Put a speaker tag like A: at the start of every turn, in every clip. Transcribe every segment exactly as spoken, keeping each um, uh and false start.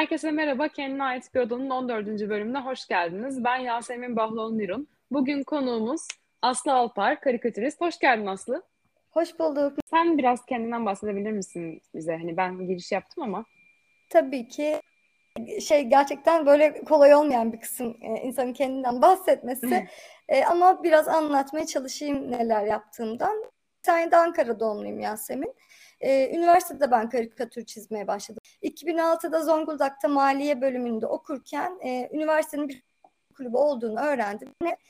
A: Herkese merhaba. Kendine ait bir odanın on dördüncü bölümüne hoş geldiniz. Ben Yasemin Bahlon-Nirun. Bugün konuğumuz Aslı Alpar, karikatürist. Hoş geldin Aslı.
B: Hoş bulduk.
A: Sen biraz kendinden bahsedebilir misin bize? Hani ben giriş yaptım ama.
B: Tabii ki şey gerçekten böyle kolay olmayan bir kısım e, insanın kendinden bahsetmesi. E, ama biraz anlatmaya çalışayım neler yaptığımdan. Bir tane de Ankara doğumluyum Yasemin. E, üniversitede ben karikatür çizmeye başladım. iki bin altıda Zonguldak'ta maliye bölümünde okurken e, üniversitenin bir kulübü olduğunu öğrendim.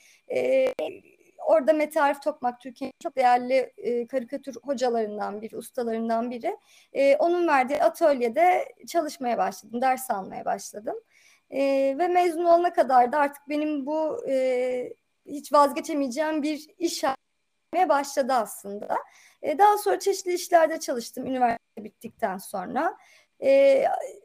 B: E, Orada Mete Arif Tokmak Türkiye'nin çok değerli e, karikatür hocalarından biri, ustalarından biri. E, onun verdiği atölyede çalışmaya başladım, ders almaya başladım. E, ve mezun olana kadar da artık benim bu e, hiç vazgeçemeyeceğim bir iş yapmaya başladı aslında. E, daha sonra çeşitli işlerde çalıştım üniversite bittikten sonra. E,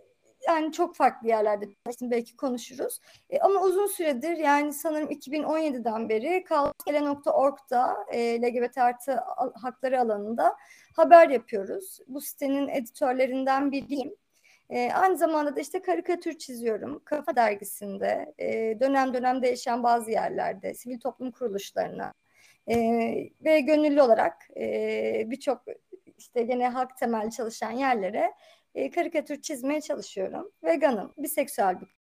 B: Yani çok farklı yerlerde çalıştım, belki konuşuruz. E, ama uzun süredir, yani sanırım iki bin on yediden beri kalskele nokta org'da e, L G B T artı hakları alanında haber yapıyoruz. Bu sitenin editörlerinden biriyim. E, aynı zamanda da işte karikatür çiziyorum. Kafa Dergisi'nde, e, dönem dönem değişen bazı yerlerde, sivil toplum kuruluşlarına e, ve gönüllü olarak e, birçok işte gene hak temelli çalışan yerlere e, karikatür çizmeye çalışıyorum. Veganım, biseksüel bir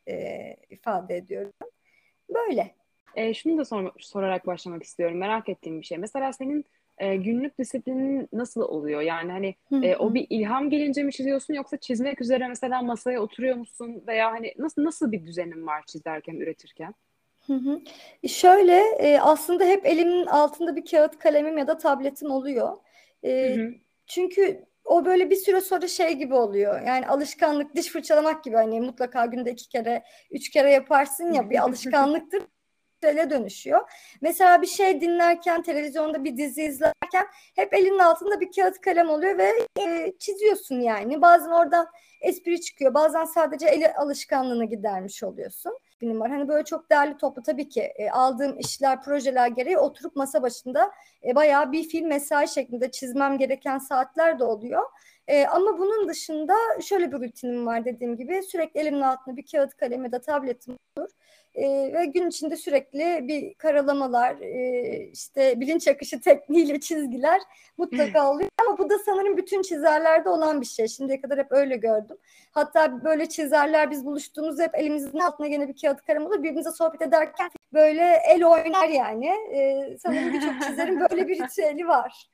B: e, ifade ediyorum. Böyle.
A: E, şunu da sor- sorarak başlamak istiyorum. Merak ettiğim bir şey. Mesela senin e, günlük disiplinin nasıl oluyor? Yani hani
B: Hı
A: e, o
B: hı.
A: bir ilham gelince mi çiziyorsun yoksa çizmek üzere mesela masaya oturuyor musun veya hani nasıl nasıl bir düzenin var çizerken, üretirken?
B: Hı hı. Şöyle e, aslında hep elimin altında bir kağıt kalemim ya da tabletim oluyor.
A: Hı
B: E,
A: hı.
B: Çünkü o böyle bir süre sonra şey gibi oluyor. Yani alışkanlık, diş fırçalamak gibi, hani mutlaka günde iki kere, üç kere yaparsın ya, bir alışkanlıktır. Ele dönüşüyor. Mesela bir şey dinlerken, televizyonda bir dizi izlerken hep elinin altında bir kağıt kalem oluyor ve e, çiziyorsun yani. Bazen oradan espri çıkıyor, bazen sadece eli alışkanlığını gidermiş oluyorsun. Benim var. Hani böyle çok değerli toplu, tabii ki e, aldığım işler, projeler gereği oturup masa başında e, bayağı bir film mesai şeklinde çizmem gereken saatler de oluyor. E, ama bunun dışında şöyle bir rutinim var, dediğim gibi sürekli elimin altında bir kağıt kalem ya da tabletim olur. E, ve gün içinde sürekli bir karalamalar, e, işte bilinç akışı tekniğiyle çizgiler mutlaka oluyor. Ama bu da sanırım bütün çizerlerde olan bir şey. Şimdiye kadar hep öyle gördüm. Hatta böyle çizerler, biz buluştuğumuzda hep elimizin altına gene bir kağıt kalem olur. Birbirimize sohbet ederken böyle el oynar yani. E, sanırım birçok çizerin böyle bir ritüeli var.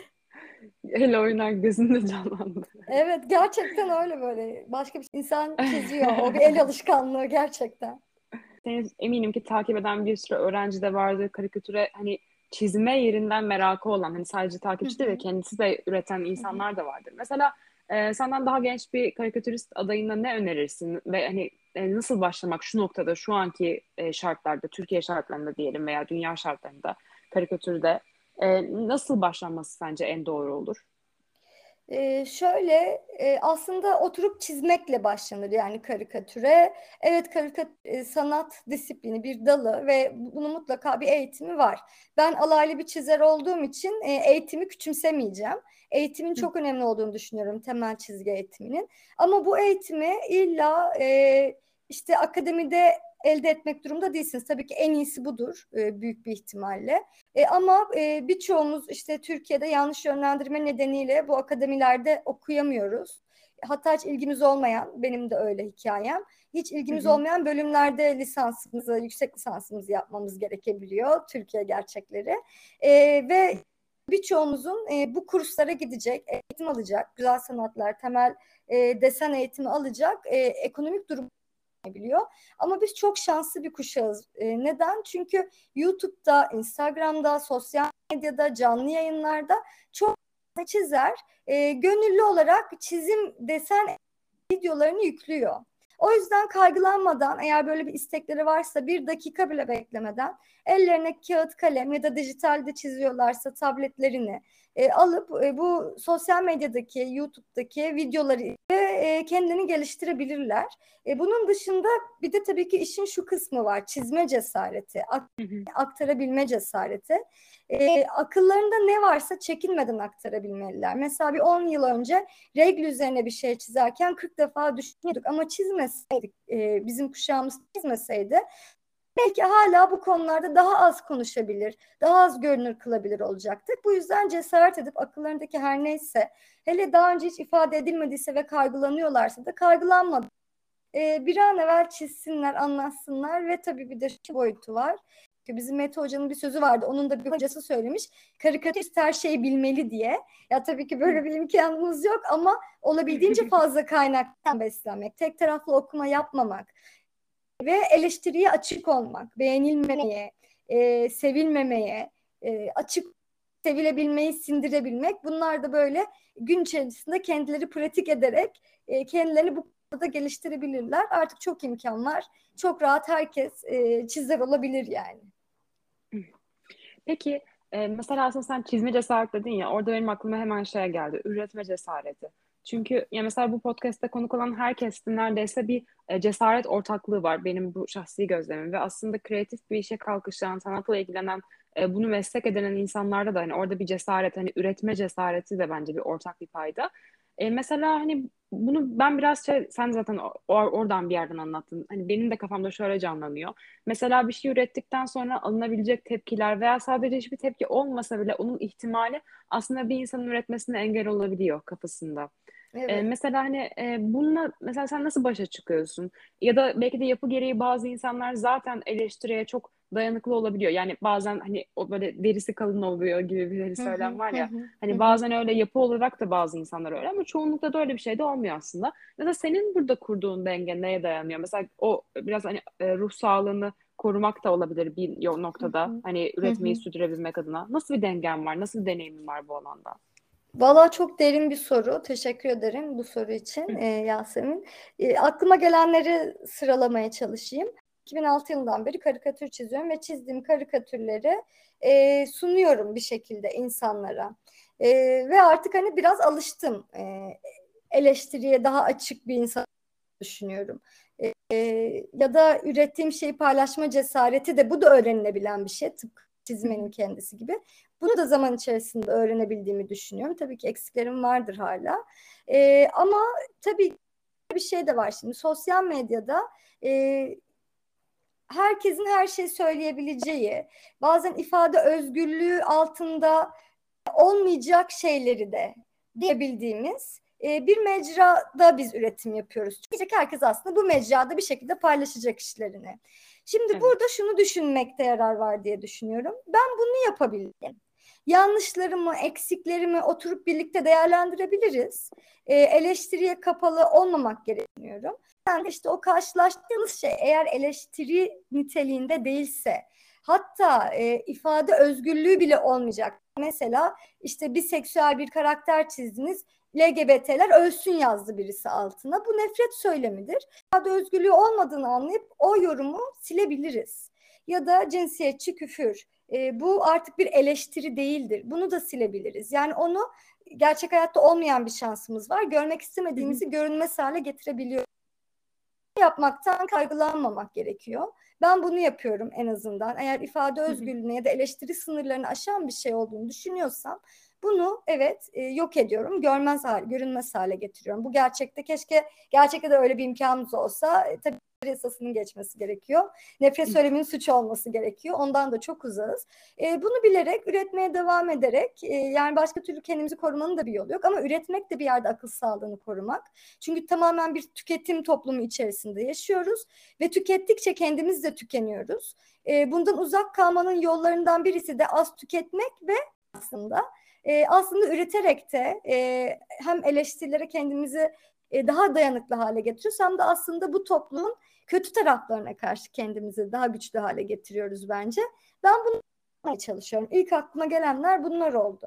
A: El oynar gözünde canlandı.
B: Evet, gerçekten öyle böyle. Başka bir insan çiziyor. O bir el alışkanlığı gerçekten.
A: Seni eminim ki takip eden bir sürü öğrenci de vardır karikatüre hani çizme yerinden merakı olan hani sadece
B: Hı
A: takipçi değil ve
B: hı,
A: kendisi de üreten
B: hı hı.
A: insanlar da vardır. Mesela e, senden daha genç bir karikatürist adayına ne önerirsin ve hani e, nasıl başlamak şu noktada şu anki e, şartlarda Türkiye şartlarında diyelim veya dünya şartlarında karikatürde e, nasıl başlanması sence en doğru olur?
B: Ee, şöyle e, aslında oturup çizmekle başlanır yani karikatüre. Evet, karikatür sanat disiplini, bir dalı ve bunun mutlaka bir eğitimi var. Ben alaylı bir çizer olduğum için e, eğitimi küçümsemeyeceğim. Eğitimin
A: Hı
B: çok önemli olduğunu düşünüyorum, temel çizgi eğitiminin. Ama bu eğitimi illa e, işte akademide elde etmek durumda değilsiniz. Tabii ki en iyisi budur e, büyük bir ihtimalle. E, ama e, birçoğumuz işte Türkiye'de yanlış yönlendirme nedeniyle bu akademilerde okuyamıyoruz. Hatta hiç ilgimiz olmayan, benim de öyle hikayem, hiç
A: hı.
B: ilgimiz
A: Hı.
B: olmayan bölümlerde lisansımızı, yüksek lisansımızı yapmamız gerekebiliyor, Türkiye gerçekleri. E, ve birçoğumuzun e, bu kurslara gidecek, eğitim alacak, güzel sanatlar, temel e, desen eğitimi alacak, e, ekonomik durum biliyor. Ama biz çok şanslı bir kuşağız. E, neden? Çünkü YouTube'da, Instagram'da, sosyal medyada, canlı yayınlarda çok çizer e, gönüllü olarak çizim, desen videolarını yüklüyor. O yüzden kaygılanmadan, eğer böyle bir istekleri varsa, bir dakika bile beklemeden ellerine kağıt kalem ya da dijitalde çiziyorlarsa tabletlerini e, alıp e, bu sosyal medyadaki, YouTube'daki videoları e, kendini geliştirebilirler. E, bunun dışında bir de tabii ki işin şu kısmı var: çizme cesareti,
A: Hı hı.
B: aktarabilme cesareti. e, akıllarında ne varsa çekinmeden aktarabilmeliler. Mesela bir on yıl önce regl üzerine bir şey çizerken kırk defa düşünüyorduk ama çizmeseydik, e, bizim kuşağımız çizmeseydi belki hala bu konularda daha az konuşabilir, daha az görünür kılabilir olacaktık. Bu yüzden cesaret edip akıllarındaki her neyse, hele daha önce hiç ifade edilmediyse ve kaygılanıyorlarsa da kaygılanmadan e, bir an evvel çizsinler, anlatsınlar ve tabii bir de şu boyutu var. Bizim Mete Hoca'nın bir sözü vardı. Onun da bir hocası söylemiş. Karikatürist her şeyi bilmeli diye. Ya tabii ki böyle bir imkanımız yok ama olabildiğince fazla kaynaktan beslenmek, tek taraflı okuma yapmamak ve eleştiriye açık olmak, beğenilmemeye, e, sevilmemeye, e, açık sevilebilmeyi sindirebilmek. Bunlar da böyle gün içerisinde kendileri pratik ederek e, kendilerini bu konuda geliştirebilirler. Artık çok imkan var. Çok rahat herkes e, çizer olabilir yani.
A: Peki e, mesela aslında sen çizme cesaret dedin ya, orada benim aklıma hemen şey geldi. Üretme cesareti. Çünkü ya mesela bu podcast'te konuk olan herkesin neredeyse bir e, cesaret ortaklığı var. Benim bu şahsi gözlemim ve aslında kreatif bir işe kalkışan, sanatla ilgilenen, e, bunu meslek edinen insanlarda da hani orada bir cesaret, hani üretme cesareti de bence bir ortak bir payda. E, mesela hani bunu ben biraz şey, sen zaten o- oradan bir yerden anlattın. Hani benim de kafamda şöyle canlanıyor. Mesela bir şey ürettikten sonra alınabilecek tepkiler veya sadece hiçbir tepki olmasa bile onun ihtimali aslında bir insanın üretmesine engel olabiliyor kafasında. Ee,
B: Evet.
A: mesela hani e, bununla mesela sen nasıl başa çıkıyorsun? Ya da belki de yapı gereği bazı insanlar zaten eleştiriye çok dayanıklı olabiliyor. Yani bazen hani o böyle derisi kalın oluyor gibi bir
B: Hı
A: söylem
B: hı,
A: var
B: hı
A: ya.
B: hı, hı
A: Hani
B: hı.
A: bazen öyle yapı olarak da bazı insanlar öyle ama çoğunlukla da öyle bir şey de olmuyor aslında. Mesela senin burada kurduğun denge neye dayanıyor? Mesela o biraz hani e, ruh sağlığını korumak da olabilir bir yo-
B: Hı
A: noktada.
B: hı,
A: Hani
B: hı
A: üretmeyi
B: hı.
A: sürdürebilmek adına. Nasıl bir dengen var? Nasıl bir deneyimin var bu alanda?
B: Valla çok derin bir soru. Teşekkür ederim bu soru için e, Yasemin. E, aklıma gelenleri sıralamaya çalışayım. iki bin altı yılından beri karikatür çiziyorum ve çizdiğim karikatürleri e, sunuyorum bir şekilde insanlara. E, ve artık hani biraz alıştım. E, eleştiriye daha açık bir insan düşünüyorum. E, ya da ürettiğim şeyi paylaşma cesareti de bu da öğrenilebilen bir şey. Tıpkı çizmenin kendisi gibi. Bunu da zaman içerisinde öğrenebildiğimi düşünüyorum. Tabii ki eksiklerim vardır hala. E, ama tabii bir şey de var şimdi. Sosyal medyada e, herkesin her şeyi söyleyebileceği, bazen ifade özgürlüğü altında olmayacak şeyleri de diyebildiğimiz e, bir mecrada biz üretim yapıyoruz. Çünkü herkes aslında bu mecrada bir şekilde paylaşacak işlerini. Şimdi
A: Evet.
B: burada şunu düşünmekte yarar var diye düşünüyorum. Ben bunu yapabildim. Yanlışlarımı, eksiklerimi oturup birlikte değerlendirebiliriz. E, eleştiriye kapalı olmamak gerekiyor. Yani işte o karşılaştığınız şey eğer eleştiri niteliğinde değilse, hatta e, ifade özgürlüğü bile olmayacak. Mesela işte biseksüel bir karakter çizdiniz, L G B T'ler ölsün yazdı birisi altına. Bu nefret söylemidir. İfade özgürlüğü olmadığını anlayıp o yorumu silebiliriz. Ya da cinsiyetçi küfür. E, bu artık bir eleştiri değildir. Bunu da silebiliriz. Yani onu gerçek hayatta olmayan bir şansımız var. Görmek istemediğimizi görünmez hale getirebiliyoruz. Yapmaktan kaygılanmamak gerekiyor. Ben bunu yapıyorum en azından. Eğer ifade özgürlüğüne ya da eleştiri sınırlarını aşan bir şey olduğunu düşünüyorsam bunu evet e, yok ediyorum. Görmez hale, görünmez hale getiriyorum. Bu gerçekte keşke gerçekte de öyle bir imkanımız olsa e, tabii yasasının geçmesi gerekiyor. Nefret söyleminin suç olması gerekiyor. Ondan da çok uzağız. E, bunu bilerek, üretmeye devam ederek e, yani başka türlü kendimizi korumanın da bir yolu yok. Ama üretmek de bir yerde akıl sağlığını korumak. Çünkü tamamen bir tüketim toplumu içerisinde yaşıyoruz ve tükettikçe kendimiz de tükeniyoruz. E, bundan uzak kalmanın yollarından birisi de az tüketmek ve aslında e, aslında üreterek de e, hem eleştirilere kendimizi e, daha dayanıklı hale getiriyoruz hem de aslında bu toplumun kötü taraflarına karşı kendimizi daha güçlü hale getiriyoruz bence. Ben bunu yapmaya çalışıyorum. İlk aklıma gelenler bunlar oldu.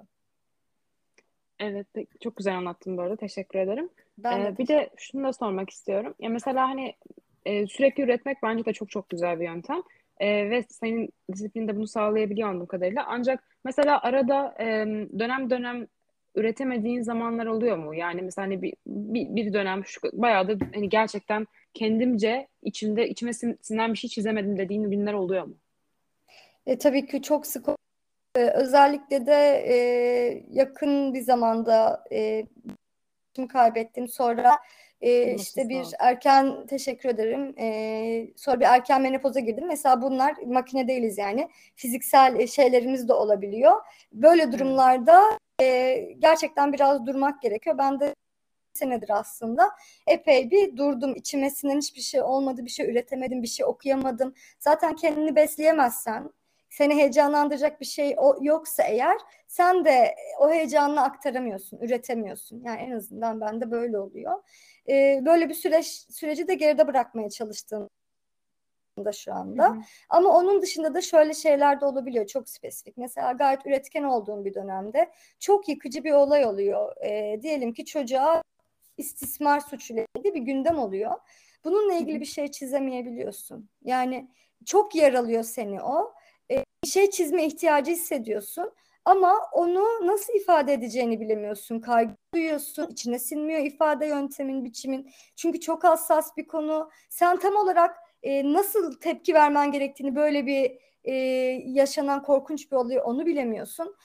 A: Evet, çok güzel anlattın bu arada. Teşekkür ederim.
B: Ben de
A: Ee, bir
B: teşekkür
A: de şunu da sormak istiyorum. Ya mesela hani e, sürekli üretmek bence de çok çok güzel bir yöntem. Ee, ve senin disiplinin de bunu sağlayabiliyor anladığım kadarıyla. Ancak mesela arada e, dönem dönem üretemediğin zamanlar oluyor mu? Yani mesela hani bir, bir, bir dönem şu bayağı da hani gerçekten kendimce içimde içime sin- sinen bir şey çizemedim dediğin günler oluyor mu?
B: E, tabii ki çok sık Ee, özellikle de e, yakın bir zamanda e, kaybettim. Sonra e,
A: Nasıl
B: işte
A: sağ
B: bir
A: ol.
B: erken teşekkür ederim. E, sonra bir erken menopoza girdim. Mesela bunlar makine değiliz yani. Fiziksel şeylerimiz de olabiliyor. Böyle
A: Evet.
B: durumlarda e, gerçekten biraz durmak gerekiyor. Ben de senedir aslında epey bir durdum. İçime sinen hiçbir şey olmadı. Bir şey üretemedim, bir şey okuyamadım. Zaten kendini besleyemezsen, seni heyecanlandıracak bir şey yoksa eğer, sen de o heyecanını aktaramıyorsun, üretemiyorsun. Yani en azından bende böyle oluyor. Ee, böyle bir süreç süreci de geride bırakmaya çalıştım da şu
A: Hı
B: anda.
A: hı.
B: Ama onun dışında da şöyle şeyler de olabiliyor, çok spesifik. Mesela gayet üretken olduğum bir dönemde çok yıkıcı bir olay oluyor. Ee, diyelim ki çocuğa istismar suçuyla ilgili bir gündem oluyor. Bununla
A: Hı
B: ilgili
A: hı.
B: bir şey çizemeyebiliyorsun. Yani çok yaralıyor seni o. Ee, bir şey çizme ihtiyacı hissediyorsun. Ama onu nasıl ifade edeceğini bilemiyorsun. Kaygı duyuyorsun. İçine sinmiyor ifade yöntemin, biçimin. Çünkü çok hassas bir konu. Sen tam olarak e, nasıl tepki vermen gerektiğini, böyle bir e, yaşanan korkunç bir olay, onu bilemiyorsun.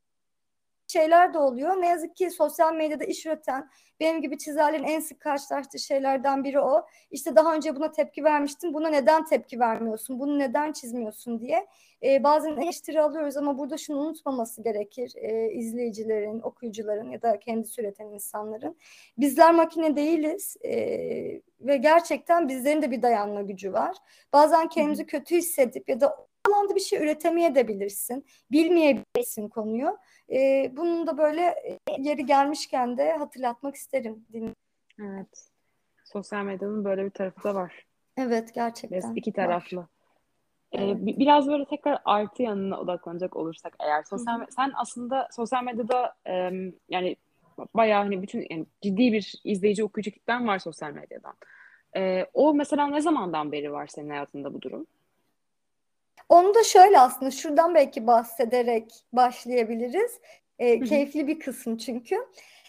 B: Şeyler de oluyor. Ne yazık ki sosyal medyada iş üreten, benim gibi çizerlerin en sık karşılaştığı şeylerden biri o. İşte daha önce buna tepki vermiştin, buna neden tepki vermiyorsun, bunu neden çizmiyorsun diye e, bazen eleştiri alıyoruz, ama burada şunu unutmaması gerekir e, izleyicilerin, okuyucuların ya da kendisi üreten insanların. Bizler makine değiliz e, ve gerçekten bizlerin de bir dayanma gücü var. Bazen
A: Hı hı.
B: kendimizi kötü hissedip ya da o alanda bir şey üretemeyebilirsin, bilmeyebilirsin konuyu. E, bunun da böyle e, yeri gelmişken de hatırlatmak isterim.
A: Evet. Sosyal medyanın böyle bir tarafı da var.
B: Evet,
A: Biraz
B: gerçekten
A: iki
B: var.
A: taraflı.
B: Evet.
A: Ee, bi- biraz böyle tekrar artı yanına odaklanacak olursak eğer
B: Hı
A: sosyal
B: hı.
A: me- sen aslında sosyal medyada em, yani bayağı hani bütün yani ciddi bir izleyici okuyucu kitlen var sosyal medyadan. Ee, o mesela ne zamandan beri var senin hayatında bu durum?
B: Onu da şöyle, aslında şuradan belki bahsederek başlayabiliriz. E,
A: Hı hı.
B: keyifli bir kısım çünkü.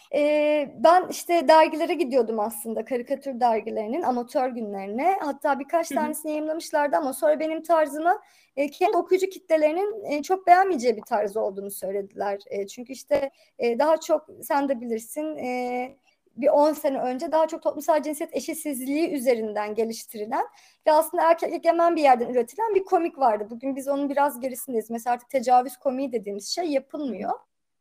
B: E, ben işte dergilere gidiyordum aslında, karikatür dergilerinin amatör günlerine. Hatta birkaç
A: Hı hı.
B: tanesini yayımlamışlardı ama sonra benim tarzımı e, kendi okuyucu kitlelerinin e, çok beğenmeyeceği bir tarz olduğunu söylediler. E, çünkü işte e, daha çok, sen de bilirsin, e, bir on sene önce daha çok toplumsal cinsiyet eşitsizliği üzerinden geliştirilen ve aslında erkek egemen bir yerden üretilen bir komik vardı. Bugün biz onun biraz gerisindeyiz. Mesela artık tecavüz komiği dediğimiz şey
A: Hı hı.
B: yapılmıyor.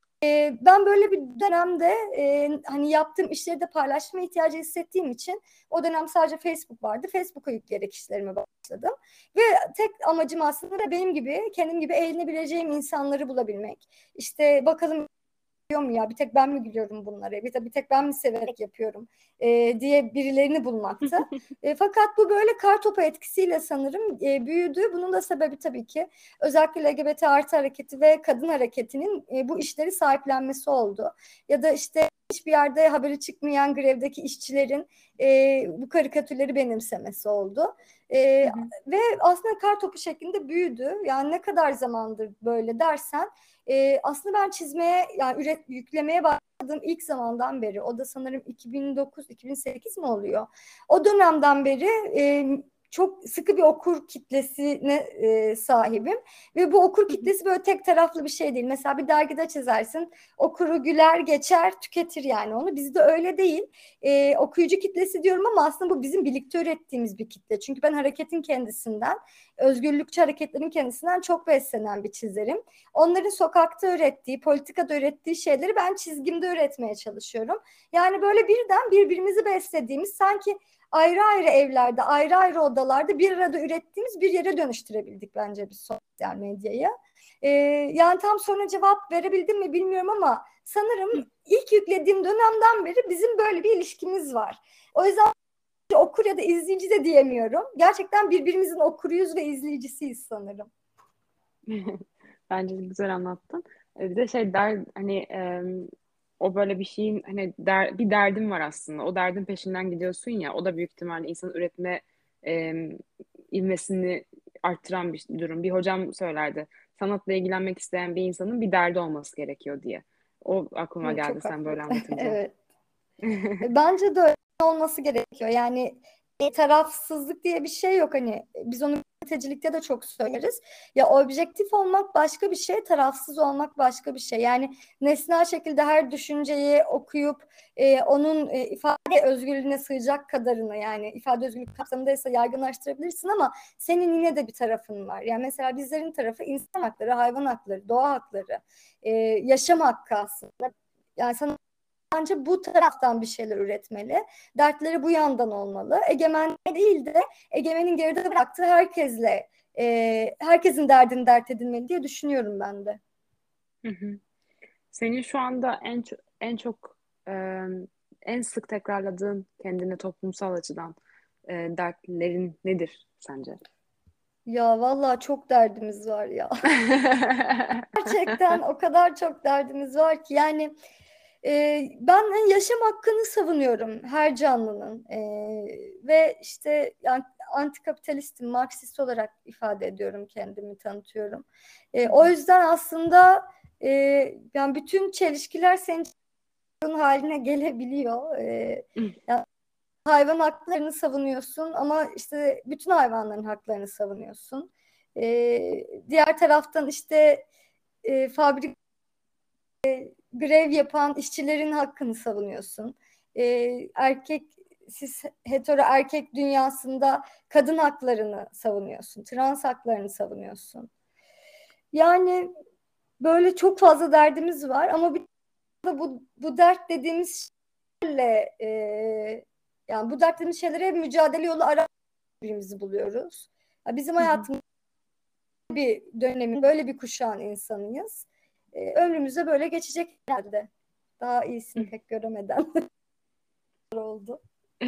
B: E, ben böyle bir dönemde e, hani yaptığım işleri de paylaşma ihtiyacı hissettiğim için, o dönem sadece Facebook vardı. Facebook'a yükleyerek işlerime başladım. Ve tek amacım aslında benim gibi, kendim gibi eğlenebileceğim insanları bulabilmek. İşte bakalım mu ya, bir tek ben mi gülüyorum bunlara, bir, bir tek ben mi severek yapıyorum e, diye birilerini bulmakta. E, fakat bu böyle kar topu etkisiyle sanırım e, büyüdü. Bunun da sebebi tabii ki özellikle L G B T artı hareketi ve kadın hareketinin e, bu işleri sahiplenmesi oldu. Ya da işte hiçbir yerde haberi çıkmayan grevdeki işçilerin e, bu karikatürleri benimsemesi oldu. E,
A: Hı hı.
B: ve aslında kar topu şeklinde büyüdü. Yani ne kadar zamandır böyle dersen, e, aslında ben çizmeye, yani üret, yüklemeye başladığım ilk zamandan beri, o da sanırım iki bin dokuz iki bin sekiz mi oluyor? O dönemden beri e, çok sıkı bir okur kitlesine e, sahibim ve bu okur
A: Hı hı.
B: kitlesi böyle tek taraflı bir şey değil. Mesela bir dergide çizersin, okuru güler geçer tüketir yani onu. Bizde öyle değil. E, okuyucu kitlesi diyorum ama aslında bu bizim birlikte ürettiğimiz bir kitle. Çünkü ben hareketin kendisinden, özgürlükçü hareketlerin kendisinden çok beslenen bir çizerim. Onların sokakta ürettiği, politikada ürettiği şeyleri ben çizgimde üretmeye çalışıyorum. Yani böyle birden birbirimizi beslediğimiz, sanki ayrı ayrı evlerde, ayrı ayrı odalarda bir arada ürettiğimiz bir yere dönüştürebildik bence biz sosyal medyayı. Ee, yani tam soruna cevap verebildim mi bilmiyorum ama sanırım ilk yüklediğim dönemden beri bizim böyle bir ilişkimiz var. O yüzden okur ya da izleyici de diyemiyorum. Gerçekten birbirimizin okuruyuz ve izleyicisiyiz sanırım.
A: Bence de güzel anlattın. E, Bir de şey der hani e, o böyle bir şeyin hani der, bir derdin var aslında. O derdin peşinden gidiyorsun ya. O da büyük ihtimalle insanın üretme e, ivmesini arttıran bir durum. Bir hocam söylerdi. Sanatla ilgilenmek isteyen bir insanın bir derdi olması gerekiyor diye. O aklıma
B: Evet,
A: geldi
B: çok
A: sen
B: haklı.
A: böyle anlatınca.
B: Evet. Bence de öyle olması gerekiyor. Yani e, tarafsızlık diye bir şey yok. Hani biz onu gazetecilikte de çok söyleriz. Ya objektif olmak başka bir şey, tarafsız olmak başka bir şey. Yani nesnel şekilde her düşünceyi okuyup e, onun e, ifade özgürlüğüne sığacak kadarını, yani ifade özgürlüğü kapsamındaysa yaygınlaştırabilirsin ama senin yine de bir tarafın var. Yani mesela bizlerin tarafı insan hakları, hayvan hakları, doğa hakları, e, yaşam hakkı aslında. Yani sana bence bu taraftan bir şeyler üretmeli. Dertleri bu yandan olmalı. Egemen değil de egemenin geride bıraktığı herkesle e, herkesin derdini dert edilmeli diye düşünüyorum ben de.
A: Hı hı. Senin şu anda en çok en çok e, en sık tekrarladığın kendine toplumsal açıdan e, dertlerin nedir sence?
B: Ya vallahi çok derdimiz var ya. Gerçekten o kadar çok derdimiz var ki yani e, ben hani yaşam hakkını savunuyorum her canlının. E, ve işte yani antikapitalistim, Marksist olarak ifade ediyorum, kendimi tanıtıyorum. E, o yüzden aslında e, yani bütün çelişkiler senin haline gelebiliyor. E, yani hayvan haklarını savunuyorsun ama işte bütün hayvanların haklarını savunuyorsun. E, diğer taraftan işte e, fabrik grev yapan işçilerin hakkını savunuyorsun. E, erkek siz hetero erkek dünyasında kadın haklarını savunuyorsun. Trans haklarını savunuyorsun. Yani böyle çok fazla derdimiz var ama bir de bu, bu dert dediğimiz şeylerle e, yani bu dert dediğimiz şeylere mücadele yolu ara birbirimizi buluyoruz. Ya bizim hayatımız bir dönemin böyle bir kuşağın insanıyız. E, ömrümüzde böyle geçecek herhalde. Daha iyisini pek göremeden oldu.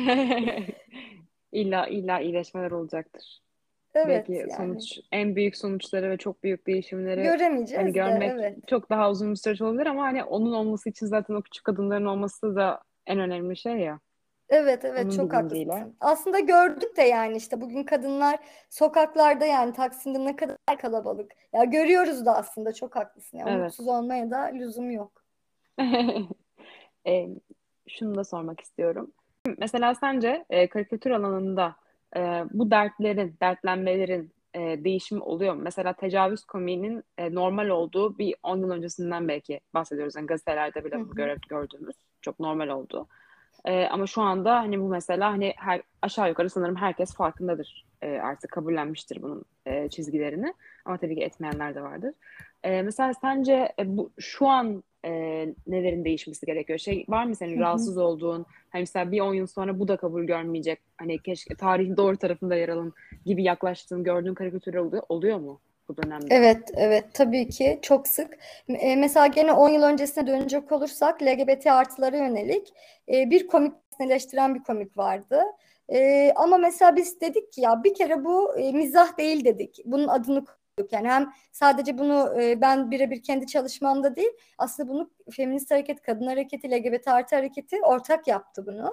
A: İlla illa iyileşmeler olacaktır.
B: Evet
A: Belki
B: yani.
A: sonuç en büyük sonuçları ve çok büyük değişimleri hani
B: Göremeyeceğiz de
A: görmek
B: evet.
A: çok daha uzun bir süreç olabilir ama hani onun olması için zaten o küçük adımların olması da en önemli şey ya.
B: Evet evet
A: Onun
B: çok
A: bilinciyle.
B: haklısın. Aslında gördük de yani işte bugün kadınlar sokaklarda, yani Taksim'de ne kadar kalabalık. Ya görüyoruz da aslında, çok haklısın. Ya
A: Evet.
B: umutsuz olmaya da lüzum yok.
A: E, Şunu da sormak istiyorum. Mesela sence e, karikatür alanında e, bu dertlerin, dertlenmelerin e, değişimi oluyor mu? Mesela tecavüz komiğinin e, normal olduğu bir on yıl öncesinden belki bahsediyoruz. Yani gazetelerde
B: Hı
A: bile bunu
B: hı.
A: göre, gördüğümüz çok normal oldu. E, ama şu anda hani bu mesela hani her, aşağı yukarı sanırım herkes farkındadır. E, artık kabullenmiştir bunun e, çizgilerini. Ama tabii ki etmeyenler de vardır. E, mesela sence e, bu şu an e, nelerin değişmesi gerekiyor? Şey var mı senin
B: Hı hı.
A: rahatsız olduğun? Hani mesela bir on yıl sonra bu da kabul görmeyecek. Hani keşke tarihin doğru tarafında yer alın gibi yaklaştığın, gördüğün karikatürler oluyor, oluyor mu bu dönemde?
B: Evet, evet tabii ki çok sık. E, mesela gene on yıl öncesine dönecek olursak L G B T artılara yönelik e, bir komik nesneleştiren bir komik vardı. E, ama mesela biz dedik ki ya bir kere bu e, mizah değil dedik. Bunun adını koyduk. Yani hem sadece bunu e, ben birebir kendi çalışmamda değil, aslında bunu feminist hareket, kadın hareketi, L G B T artı hareketi ortak yaptı bunu.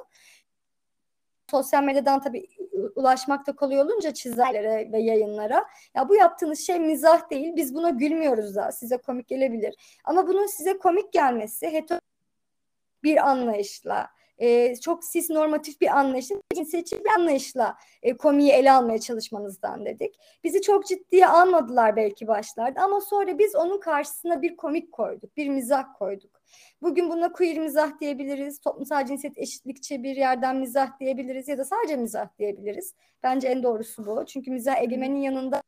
B: Sosyal medyadan tabii ulaşmak da kolay olunca çizerlere ve yayınlara. Ya bu yaptığınız şey mizah değil. Biz buna gülmüyoruz da. Size komik gelebilir. Ama bunun size komik gelmesi hetero bir anlayışla, e, çok cis normatif bir anlayışla, cinsiyetçi bir anlayışla e, komiyi ele almaya çalışmanızdan dedik. Bizi çok ciddiye almadılar belki başlarda ama sonra biz onun karşısına bir komik koyduk, bir mizah koyduk. Bugün buna queer mizah diyebiliriz, toplumsal cinsiyet eşitlikçi bir yerden mizah diyebiliriz ya da sadece mizah diyebiliriz. Bence en doğrusu bu. Çünkü mizah
A: Hı hı.
B: egemenin yanında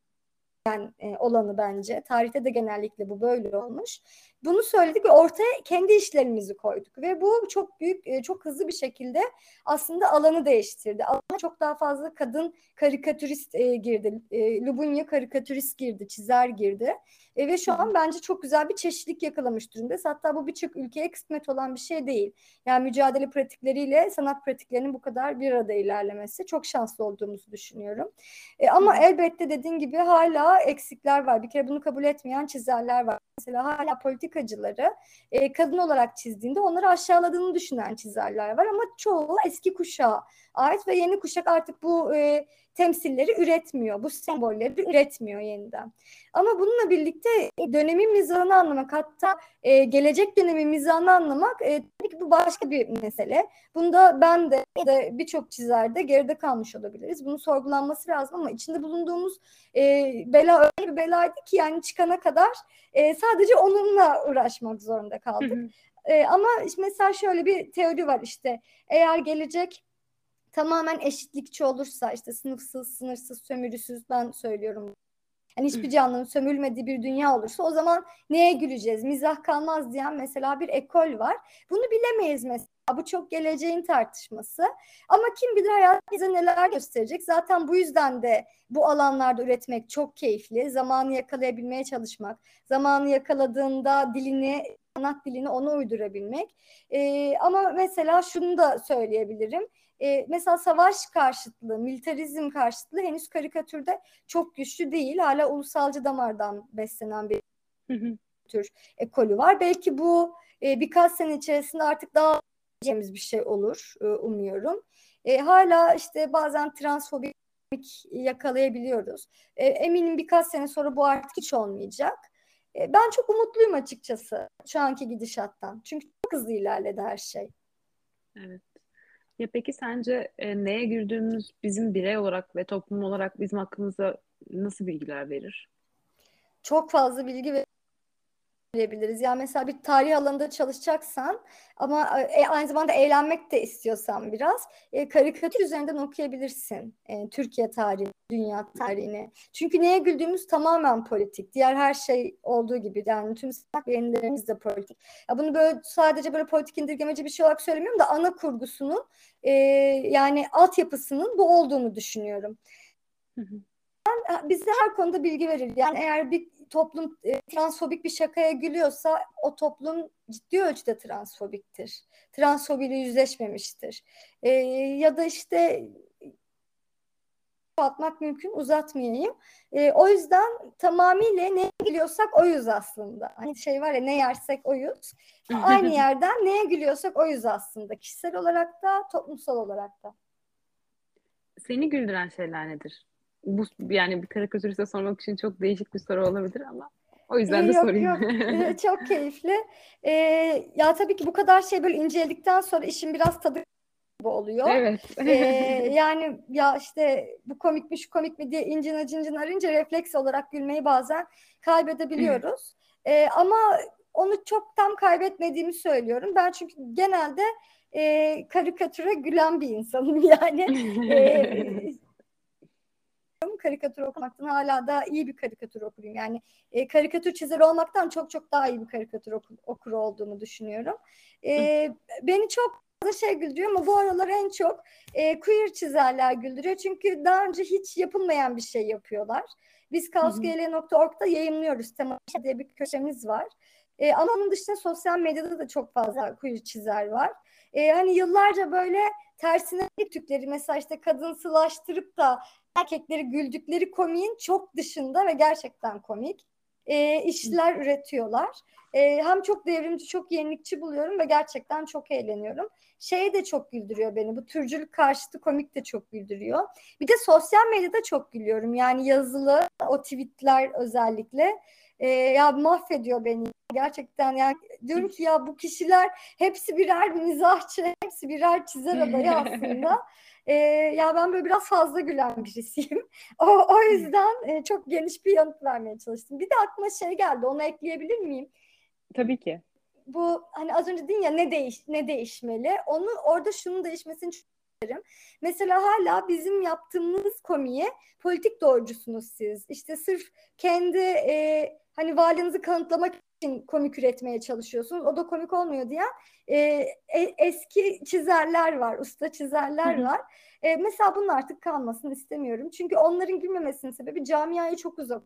B: e, olanı bence. Tarihte de genellikle bu böyle olmuş. Bunu söyledik ve ortaya kendi işlerimizi koyduk ve bu çok büyük, e, çok hızlı bir şekilde aslında alanı değiştirdi. Alana çok daha fazla kadın karikatürist e, girdi. E, Lubunya karikatürist girdi, çizer girdi. E, ve
A: Hı
B: şu
A: hı.
B: an bence çok güzel bir çeşitlilik yakalamış durumdayız. Hatta bu birçok ülkeye kısmet olan bir şey değil. Yani mücadele pratikleriyle sanat pratiklerinin bu kadar bir arada ilerlemesi, çok şanslı olduğumuzu düşünüyorum. E,
A: Hı
B: ama
A: hı.
B: elbette dediğin gibi hala eksikler var. Bir kere bunu kabul etmeyen çizerler var. Mesela hala politik politikacıları e, kadın olarak çizdiğinde onları aşağıladığını düşünen çizerler var ama çoğu eski kuşağa ait ve yeni kuşak artık bu e, temsilleri üretmiyor, bu sembolleri üretmiyor yeniden. Ama bununla birlikte dönemin mizahını anlamak, hatta e, gelecek dönemin mizahını anlamak e, tabii ki bu başka bir mesele. Bunda ben de, de birçok çizerde geride kalmış olabiliriz. Bunun sorgulanması lazım ama içinde bulunduğumuz e, bela öyle bir belaydı ki yani çıkana kadar e, sadece onunla uğraşmak zorunda kaldık. e, ama mesela şöyle bir teori var, işte eğer gelecek tamamen eşitlikçi olursa, işte sınıfsız, sınırsız, sömürüsüz, ben söylüyorum, yani hiçbir canlının sömürülmediği bir dünya olursa o zaman neye güleceğiz? Mizah kalmaz diyen mesela bir ekol var. Bunu bilemeyiz mesela. Bu çok geleceğin tartışması. Ama kim bilir hayat bize neler gösterecek. Zaten bu yüzden de bu alanlarda üretmek çok keyifli. Zamanı yakalayabilmeye çalışmak. Zamanı yakaladığında dilini, sanat dilini ona uydurabilmek. Ee, ama mesela şunu da söyleyebilirim. Ee, mesela savaş karşıtlığı, militarizm karşıtlığı henüz karikatürde çok güçlü değil. Hala ulusalcı damardan beslenen bir tür ekolü var. Belki bu e, birkaç sene içerisinde artık daha bir şey olur e, umuyorum. E, hala işte bazen transfobik yakalayabiliyoruz. E, eminim birkaç sene sonra bu artık hiç olmayacak. E, ben çok umutluyum açıkçası şu anki gidişattan. Çünkü çok hızlı ilerledi her şey.
A: Evet. Ya peki sence e, neye güldüğümüz bizim birey olarak ve toplum olarak bizim hakkımızda nasıl bilgiler verir?
B: Çok fazla bilgi verebiliriz. Yani mesela bir tarih alanında çalışacaksan ama e, aynı zamanda eğlenmek de istiyorsan biraz e, karikatür üzerinden okuyabilirsin. E, Türkiye tarihini, dünya tarihini. Çünkü neye güldüğümüz tamamen politik. Diğer her şey olduğu gibi, yani tüm sanat yayınlarımız da politik. Ya bunu böyle sadece böyle politik indirgemeci bir şey olarak söylemiyorum da ana kurgusunun e, yani altyapısının bu olduğunu düşünüyorum.
A: Hı hı.
B: Bize her konuda bilgi verir. Yani eğer bir toplum e, transfobik bir şakaya gülüyorsa o toplum ciddi ölçüde transfobiktir. Transfobiyle yüzleşmemiştir. E, ya da işte atmak mümkün, uzatmayayım. E, o yüzden tamamıyla ne gülüyorsak oyuz aslında. Hani şey var ya, ne yersek oyuz. Aynı yerden neye gülüyorsak oyuz aslında. Kişisel olarak da toplumsal olarak da.
A: Seni güldüren şeyler nedir? Bu yani bir karikatüriste sormak için çok değişik bir soru olabilir ama o
B: Ee,
A: yüzden de
B: yok
A: sorayım.
B: yok Ee, çok keyifli. Ee, ya tabii ki bu kadar şey böyle inceledikten sonra işin biraz tadı gibi oluyor.
A: Evet.
B: Ee, yani ya işte bu komik mi şu komik mi diye incin cincin arayınca refleks olarak gülmeyi bazen kaybedebiliyoruz. Ee, ama onu çok tam kaybetmediğimi söylüyorum. Ben çünkü genelde e, karikatüre gülen bir insanım yani. E, karikatür okumaktan hala da iyi bir karikatür okurum. Yani e, karikatür çizeri olmaktan çok çok daha iyi bir karikatür oku, okur olduğumu düşünüyorum. E, beni çok fazla şey güldürüyor ama bu aralar en çok e, queer çizerler güldürüyor. Çünkü daha önce hiç yapılmayan bir şey yapıyorlar. Biz kaos g l nokta org'da yayınlıyoruz. Tema diye bir köşemiz var. E, ama onun dışında sosyal medyada da çok fazla queer çizer var. E, hani yıllarca böyle tersine gittikleri, mesela işte kadınsılaştırıp da erkekleri güldükleri komiğin çok dışında ve gerçekten komik e, işler üretiyorlar. E, hem çok devrimci, çok yenilikçi buluyorum ve gerçekten çok eğleniyorum. Şey de çok güldürüyor beni. Bu türcülük karşıtı komik de çok güldürüyor. Bir de sosyal medyada çok gülüyorum. Yani yazılı, o tweetler özellikle e, ya mahvediyor beni. Gerçekten yani diyorum ki ya bu kişiler hepsi birer mizahçı, hepsi birer çizer adayı aslında. E, ya ben böyle biraz fazla gülen birisiyim. O, o yüzden e, çok geniş bir yanıt vermeye çalıştım. Bir de aklıma şey geldi, onu ekleyebilir miyim?
A: Tabii ki.
B: Bu hani az önce dedin ya, ne değiş ne değişmeli? Onu orada şunun değişmesini çok isterim. Mesela hala bizim yaptığımız komiye politik doğrucusunuz siz. İşte sırf kendi e, hani varlığınızı kanıtlamak için komik üretmeye çalışıyorsunuz. O da komik olmuyor diyen e, e, eski çizerler var, usta çizerler var. E, mesela bunun artık kalmasını istemiyorum. Çünkü onların gülmemesinin sebebi camiaya çok uzak.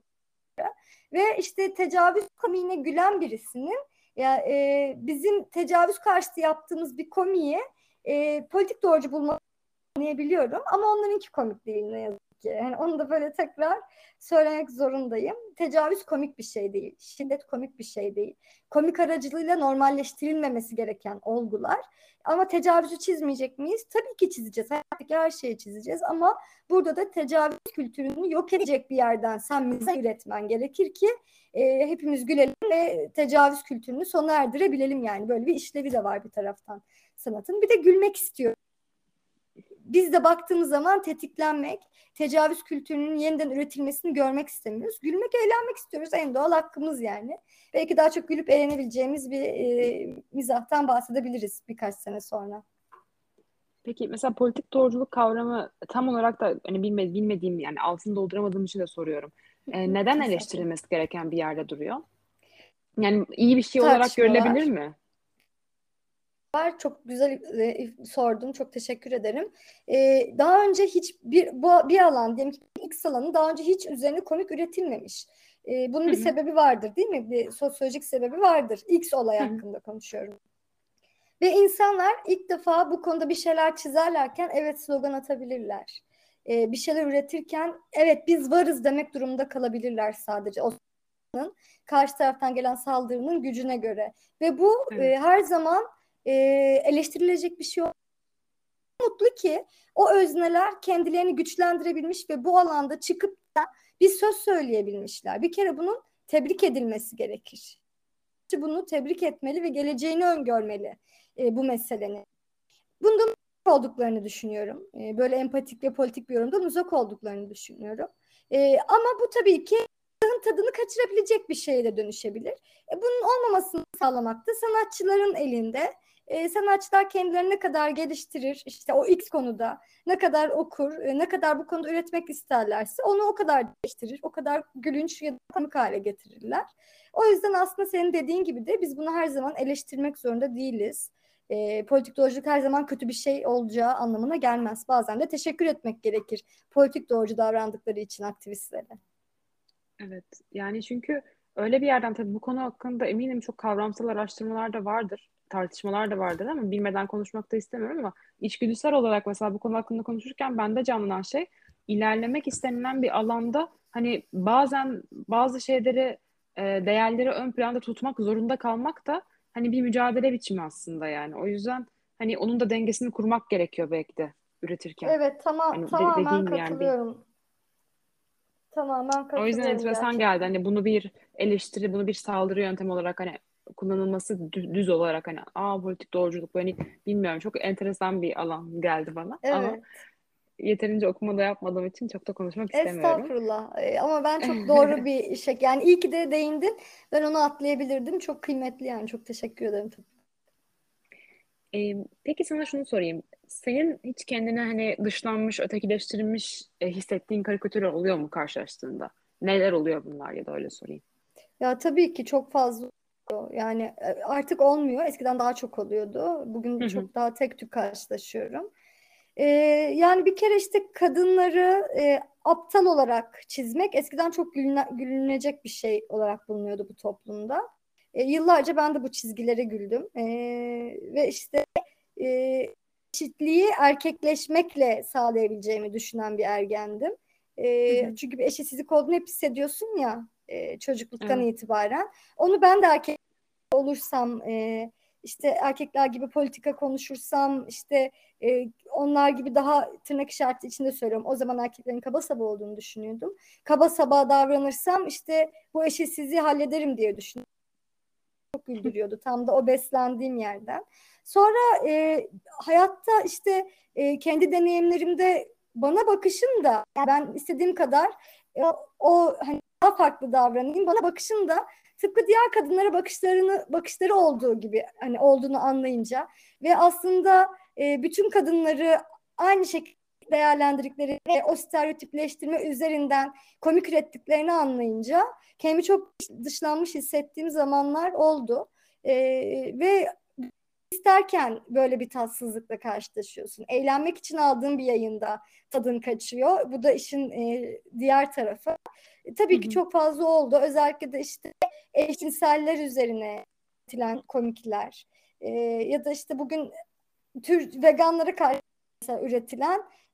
B: Ve işte tecavüz komiğine gülen birisinin ya e, bizim tecavüz karşıtı yaptığımız bir komiği e, politik doğrucu bulmayı anlayabiliyorum ama onlarınki komik değil ne yazık. Yani onu da böyle tekrar söylemek zorundayım. Tecavüz komik bir şey değil. Şiddet komik bir şey değil. Komik aracılığıyla normalleştirilmemesi gereken olgular. Ama tecavüzü çizmeyecek miyiz? Tabii ki çizeceğiz. Hayattaki her şeyi çizeceğiz ama burada da tecavüz kültürünü yok edecek bir yerden sen mizah üretmen gerekir ki e, hepimiz gülelim ve tecavüz kültürünü sona erdirebilelim yani. Böyle bir işlevi de var bir taraftan sanatın. Bir de gülmek istiyor. Biz de baktığımız zaman tetiklenmek, tecavüz kültürünün yeniden üretilmesini görmek istemiyoruz. Gülmek, eğlenmek istiyoruz. En doğal hakkımız yani. Belki daha çok gülüp eğlenebileceğimiz bir e, mizahtan bahsedebiliriz birkaç sene sonra.
A: Peki mesela politik doğruculuk kavramı tam olarak da hani bilme, bilmediğim yani altını dolduramadığım için de soruyorum. Ee, neden
B: Estağfurullah.
A: eleştirilmesi gereken bir yerde duruyor? Yani iyi bir şey olarak görülebilir
B: Tartışmalar
A: mi?
B: var. Çok güzel e, sordun. Çok teşekkür ederim. E, daha önce hiç bir bu bir alan diyelim ki X alanı daha önce hiç üzerine komik üretilmemiş. E, bunun
A: Hı
B: bir
A: hı,
B: sebebi vardır, değil mi? Bir sosyolojik sebebi vardır. X olay
A: hı hı,
B: hakkında konuşuyorum. Ve insanlar ilk defa bu konuda bir şeyler çizerlerken evet slogan atabilirler. E, bir şeyler üretirken evet biz varız demek durumunda kalabilirler sadece. O karşı taraftan gelen saldırının gücüne göre. Ve bu
A: evet.
B: e, her zaman e, eleştirilecek bir şey olmuyor. Mutlu ki o özneler kendilerini güçlendirebilmiş ve bu alanda çıkıp da bir söz söyleyebilmişler. Bir kere bunun tebrik edilmesi gerekir. Bunu tebrik etmeli ve geleceğini öngörmeli e, bu meselenin. Bundan uzak olduklarını düşünüyorum. E, böyle empatik ve politik bir yorumdan uzak olduklarını düşünüyorum. E, ama bu tabii ki tadını kaçırabilecek bir şeye de dönüşebilir. E, bunun olmamasını sağlamak da sanatçıların elinde. E, sanatçılar kendilerini ne kadar geliştirir, işte o X konuda ne kadar okur, e, ne kadar bu konuda üretmek isterlerse onu o kadar geliştirir, o kadar gülünç ya da komik hale getirirler. O yüzden aslında senin dediğin gibi de biz bunu her zaman eleştirmek zorunda değiliz. E, politik doğruculuk her zaman kötü bir şey olacağı anlamına gelmez. Bazen de teşekkür etmek gerekir politik doğrucu davrandıkları için aktivistlere.
A: Evet. Yani çünkü öyle bir yerden tabii bu konu hakkında eminim çok kavramsal araştırmalar da vardır, tartışmalar da vardır ama bilmeden konuşmak da istemiyorum ama içgüdüsel olarak mesela bu konu hakkında konuşurken bende canlanan şey ilerlemek istenilen bir alanda hani bazen bazı şeyleri e, değerleri ön planda tutmak zorunda kalmak da hani bir mücadele biçimi aslında yani. O yüzden hani onun da dengesini kurmak gerekiyor belki de üretirken.
B: Evet, tamam,
A: Hani de-
B: tamamen
A: dediğin yani bir
B: katılıyorum. Tamamen
A: o yüzden
B: katılıyorum
A: enteresan geldi.
B: gerçekten.
A: Hani bunu bir eleştiri, bunu bir saldırı yöntemi olarak hani kullanılması dü- düz olarak hani aa politik doğruculuk hani bilmiyorum çok enteresan bir alan geldi bana ama
B: Evet,
A: yeterince okuma da yapmadığım için çok da konuşmak istemiyorum.
B: estağfurullah. Ee, ama ben çok doğru bir şey. Yani iyi ki de değindin. Ben onu atlayabilirdim. Çok kıymetli yani. Çok teşekkür ederim.
A: Ee, peki sana şunu sorayım. Senin hiç kendine hani dışlanmış, ötekileştirilmiş e, hissettiğin karikatürler oluyor mu karşılaştığında? Neler oluyor bunlar ya da öyle sorayım.
B: Ya tabii ki çok fazla oluyor. Yani e, artık olmuyor. Eskiden daha çok oluyordu.
A: Hı
B: Bugün
A: hı,
B: çok daha tek tük karşılaşıyorum. Ee, yani bir kere işte kadınları e, aptal olarak çizmek eskiden çok gülüne, gülünecek bir şey olarak bulunuyordu bu toplumda. E, yıllarca ben de bu çizgilere güldüm. E, ve işte e, eşitliği erkekleşmekle sağlayabileceğimi düşünen bir ergendim.
A: hı
B: E,
A: hı.
B: çünkü bir eşitsizlik olduğunu hep hissediyorsun ya e, çocukluktan
A: Evet.
B: itibaren. Onu ben de erkek olursam e, işte erkekler gibi politika konuşursam işte e, onlar gibi daha tırnak işareti içinde söylüyorum. O zaman erkeklerin kaba saba olduğunu düşünüyordum. Kaba saba davranırsam işte bu eşitsizliği hallederim diye düşünüyordum. Çok güldürüyordu tam da o beslendiğim yerden. Sonra e, hayatta işte e, kendi deneyimlerimde bana bakışın da yani ben istediğim kadar e, o hani daha farklı davranayım. Bana bakışın da tıpkı diğer kadınlara bakışlarını bakışları olduğu gibi hani olduğunu anlayınca ve aslında e, bütün kadınları aynı şekilde değerlendirdikleri ve o stereotipleştirme üzerinden komik ürettiklerini anlayınca kendimi çok dışlanmış hissettiğim zamanlar oldu. E, ve isterken böyle bir tatsızlıkla karşılaşıyorsun. Eğlenmek için aldığın bir yayında tadın kaçıyor. Bu da işin e, diğer tarafı. E,
A: Hı
B: tabii ki
A: hı.
B: çok fazla oldu. Özellikle de işte eşcinseller üzerine üretilen komikler. E, ya da işte bugün tür veganlara karşı üretilen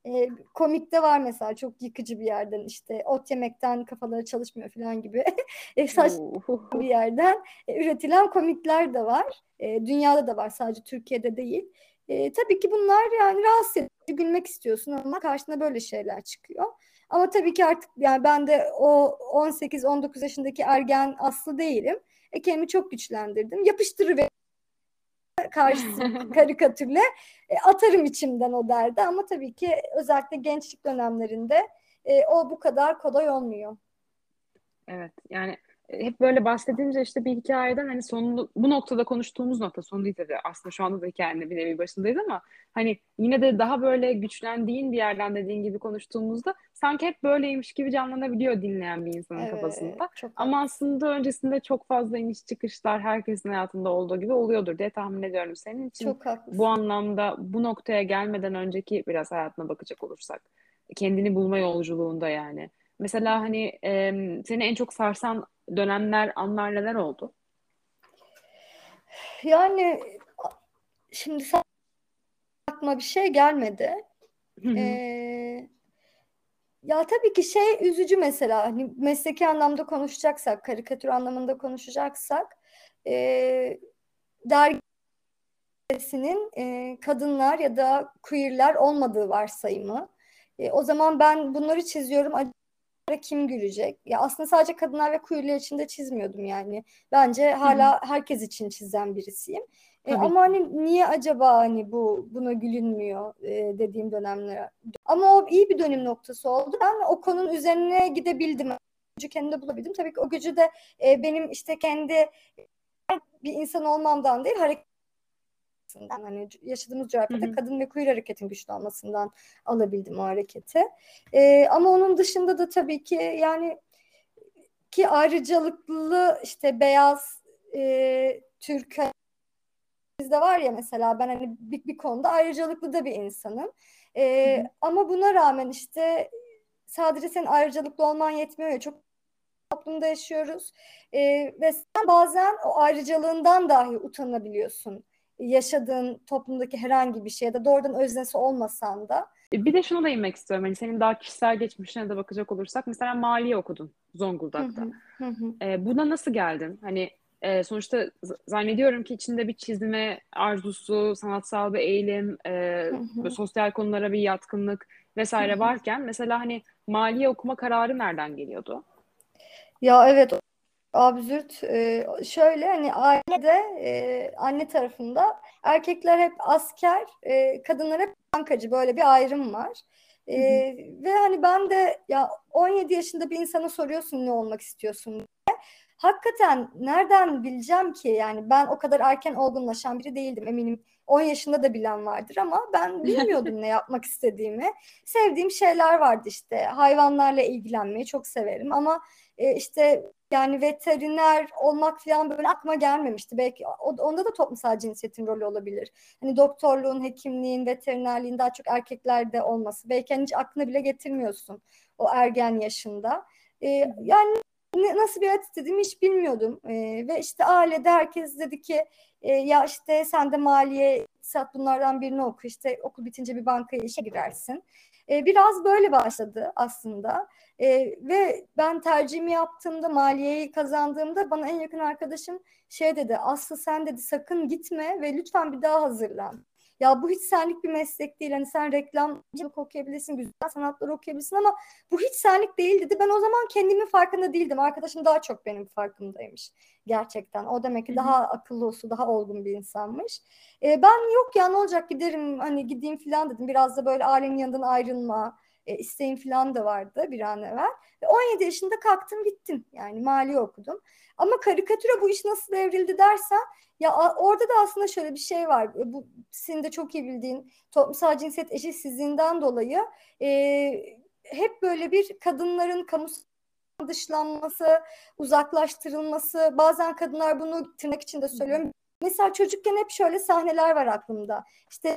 B: E, komikte var mesela çok yıkıcı bir yerden işte ot yemekten kafaları çalışmıyor falan gibi e, saç bir
A: Oo.
B: yerden e, üretilen komikler de var. E, dünyada da var sadece Türkiye'de değil. E, tabii ki bunlar yani rahatsız edici gülmek istiyorsun ama karşına böyle şeyler çıkıyor. Ama tabii ki artık yani ben de o on sekiz on dokuz yaşındaki ergen Aslı değilim. E, kendimi çok güçlendirdim. Yapıştırıver karşısı karikatürle e, atarım içimden o derdi ama tabii ki özellikle gençlik dönemlerinde e, o bu kadar kolay olmuyor.
A: Evet yani e, hep böyle bahsedince işte bir hikayeden hani sonunu bu noktada konuştuğumuz nokta sonu değil tabii aslında şu anda da hikayenin bir nevi başındayız ama hani yine de daha böyle güçlendiğin bir yerden dediğin gibi konuştuğumuzda sanki hep böyleymiş gibi canlanabiliyor dinleyen bir insanın
B: Evet,
A: kafasında.
B: çok
A: Ama
B: haklısın.
A: aslında öncesinde çok fazla iniş çıkışlar herkesin hayatında olduğu gibi oluyordur diye tahmin ediyorum. Senin için
B: Çok
A: bu
B: haklısın.
A: anlamda bu noktaya gelmeden önceki biraz hayatına bakacak olursak kendini bulma yolculuğunda yani. Mesela hani em, seni en çok sarsan dönemler, anlar neler oldu?
B: Yani şimdi sen aklıma bir şey gelmedi.
A: Hı hı,
B: Ee, Ya tabii ki şey üzücü mesela hani mesleki anlamda konuşacaksak, karikatür anlamında konuşacaksak e, dergisinin e, kadınlar ya da queerler olmadığı varsayımı. E, o zaman ben bunları çiziyorum. Acaba kim gülecek? Ya aslında sadece kadınlar ve queerler için de çizmiyordum yani. Bence
A: hı hı.
B: hala herkes için çizen birisiyim. E,
A: Tabii
B: ama
A: ki.
B: hani niye acaba hani bu buna gülünmüyor e, dediğim dönemler. Ama o iyi bir dönüm noktası oldu. Ben o konunun üzerine gidebildim. Gücü kendimde bulabildim. Tabii ki o gücü de e, benim işte kendi bir insan olmamdan değil hareket hani yaşadığımız
A: Hı
B: coğrafyada
A: hı.
B: kadın ve queer hareketin güçlü olmasından alabildim o hareketi. Ee, ama onun dışında da tabii ki yani ki ayrıcalıklı işte beyaz e, Türk bizde var ya mesela ben hani bir, bir konuda ayrıcalıklı da bir insanım.
A: Hı
B: Ee,
A: hı.
B: ama buna rağmen işte sadece senin ayrıcalıklı olman yetmiyor ya çok toplumda yaşıyoruz. Ee, ve sen bazen o ayrıcalığından dahi utanabiliyorsun. Yaşadığın toplumdaki herhangi bir şey ya da doğrudan öznesi olmasan da.
A: E, Bir de şuna değinmek istiyorum. Hani senin daha kişisel geçmişine de bakacak olursak mesela maliye okudun
B: Hı
A: Zonguldak'ta.
B: hı, hı hı,
A: E, buna nasıl geldin? Hani e, sonuçta z- zannediyorum ki içinde bir çizme arzusu, sanatsal bir eğilim, e,
B: hı
A: böyle
B: hı,
A: sosyal konulara bir yatkınlık
B: hı
A: vesaire
B: hı.
A: varken mesela hani maliye okuma kararı nereden geliyordu?
B: Ya evet absürt. Ee, şöyle hani ailede e, anne tarafında erkekler hep asker, e, kadınlar hep bankacı böyle bir ayrım var. E,
A: Hı hı.
B: ve hani ben de ya on yedi yaşında bir insana soruyorsun ne olmak istiyorsun. Hakikaten nereden bileceğim ki yani ben o kadar erken olgunlaşan biri değildim eminim on yaşında da bilen vardır ama ben bilmiyordum ne yapmak istediğimi. Sevdiğim şeyler vardı işte hayvanlarla ilgilenmeyi çok severim ama e, işte yani veteriner olmak falan böyle aklıma gelmemişti. Belki o- onda da toplumsal cinsiyetin rolü olabilir. Hani doktorluğun, hekimliğin, veterinerliğin daha çok erkeklerde olması. Belki hani hiç aklına bile getirmiyorsun o ergen yaşında. E,
A: Hı hı.
B: yani ne- nasıl bir hayat istediğimi hiç bilmiyordum. Ee, ve işte ailede herkes dedi ki e, ya işte sen de maliye, iktisat bunlardan birini oku. İşte okul bitince bir bankaya işe girersin. Ee, biraz böyle başladı aslında. Ee, ve ben tercihimi yaptığımda, maliyeyi kazandığımda bana en yakın arkadaşım şey dedi. Aslı sen dedi sakın gitme ve lütfen bir daha hazırlan. Ya bu hiç senlik bir meslek değil. Hani sen reklamcılık okuyabilirsin, güzel sanatlar okuyabilirsin ama bu hiç senlik değil dedi. Ben o zaman kendimin farkında değildim. Arkadaşım daha çok benim farkındaymış gerçekten. O demek
A: Hı
B: ki
A: hı.
B: daha akıllı olsun, daha olgun bir insanmış. Ee, ben yok ya ne olacak giderim hani gideyim falan dedim. Biraz da böyle ailenin yanından ayrılma e, isteğim falan da vardı bir an evvel. Ve on yedi yaşında kalktım gittim. Yani mali okudum. Ama karikatüre bu iş nasıl evrildi dersen ya a- orada da aslında şöyle bir şey var. E, Bu senin de çok iyi bildiğin toplumsal cinsiyet eşitsizliğinden dolayı e, hep böyle bir kadınların kamu dışlanması, uzaklaştırılması, bazen kadınlar bunu tırnak içinde
A: Hı hı.
B: söylüyorum. Mesela çocukken hep şöyle sahneler var aklımda. İşte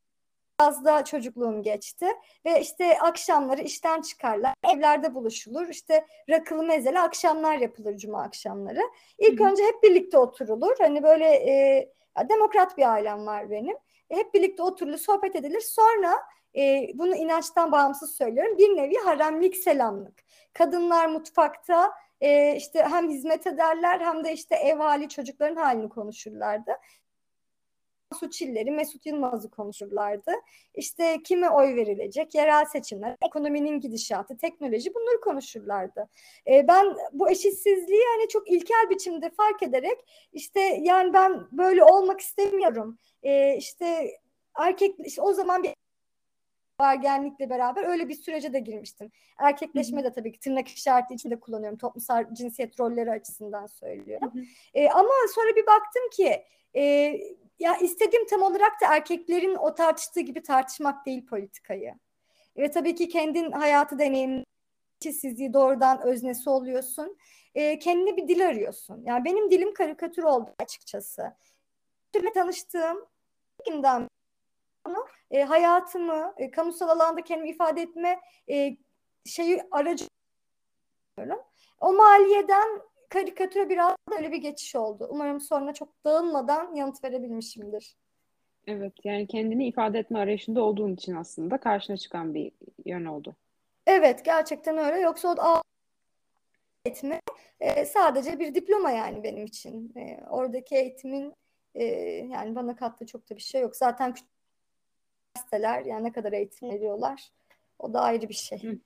B: Yazda çocukluğum geçti ve işte akşamları işten çıkarlar, evlerde buluşulur. İşte rakılı mezeli akşamlar yapılır cuma akşamları.
A: Hı
B: İlk
A: hı.
B: önce hep birlikte oturulur. Hani böyle e, demokrat bir ailem var benim. E, hep birlikte oturulur, sohbet edilir. Sonra e, bunu inançtan bağımsız söylüyorum, bir nevi haremlik selamlık. Kadınlar mutfakta e, işte hem hizmet ederler hem de işte ev hali, çocukların halini konuşurlardı. Mesut Çiller'i, Mesut Yılmaz'ı konuşurlardı. İşte kime oy verilecek, yerel seçimler, ekonominin gidişatı, teknoloji, bunları konuşurlardı. E, ben bu eşitsizliği hani çok ilkel biçimde fark ederek işte yani ben böyle olmak istemiyorum. E, işte erkek işte o zaman bir ergenlikle beraber öyle bir sürece de girmiştim. Erkekleşme de tabii ki tırnak işareti içinde kullanıyorum. Toplumsal cinsiyet rolleri açısından söylüyorum. E, ama sonra bir baktım ki e, ya istediğim tam olarak da erkeklerin o tartıştığı gibi tartışmak değil politikayı. Ve tabii ki kendin hayatı deneyimli, eşitsizliği doğrudan öznesi oluyorsun. E, kendine bir dil arıyorsun. Yani benim dilim karikatür oldu açıkçası. Tanıştığım günden onu e, hayatımı, e, kamusal alanda kendimi ifade etme e, şeyi aracı yapıyorum. O maliyeden karikatüre biraz öyle bir geçiş oldu. Umarım sonra çok dağılmadan yanıt verebilmişimdir.
A: Evet, yani kendini ifade etme arayışında olduğun için aslında karşına çıkan bir yön oldu.
B: Evet, gerçekten öyle. Yoksa o eğitimi e, sadece bir diploma yani benim için. E, oradaki eğitimin e, yani bana kattığı çok da bir şey yok. Zaten küçük üniversiteler yani ne kadar eğitim veriyorlar. O da ayrı bir şey.
A: Hı.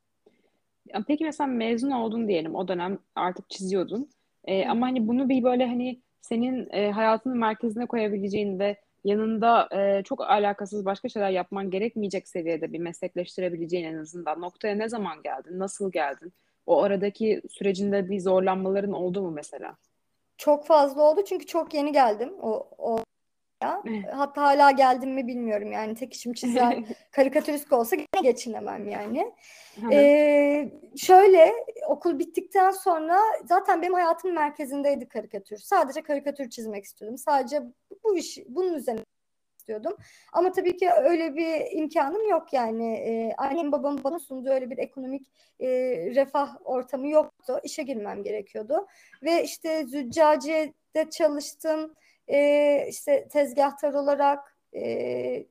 A: Ya peki mesela mezun oldun diyelim, o dönem artık çiziyordun. Ee,
B: Hı
A: ama
B: hı.
A: hani bunu bir böyle hani senin e, hayatının merkezine koyabileceğin ve yanında e, çok alakasız başka şeyler yapman gerekmeyecek seviyede bir meslekleştirebileceğin en azından noktaya ne zaman geldin? Nasıl geldin? O aradaki sürecinde bir zorlanmaların oldu mu mesela?
B: Çok fazla oldu çünkü çok yeni geldim o, o ya. Hatta hala geldim mi bilmiyorum yani tek işim çizer karikatürist olsa gene geçinemem yani.
A: Hı hı.
B: Ee, şöyle okul bittikten sonra zaten benim hayatımın merkezindeydi karikatür. Sadece karikatür çizmek istiyordum. Sadece bu iş bunun üzerine istiyordum. Ama tabii ki öyle bir imkanım yok yani. Ee, annem babam bana sunduğu öyle bir ekonomik e, refah ortamı yoktu. İşe girmem gerekiyordu. Ve işte züccaciye'de çalıştım. Ee, işte tezgahtar olarak e,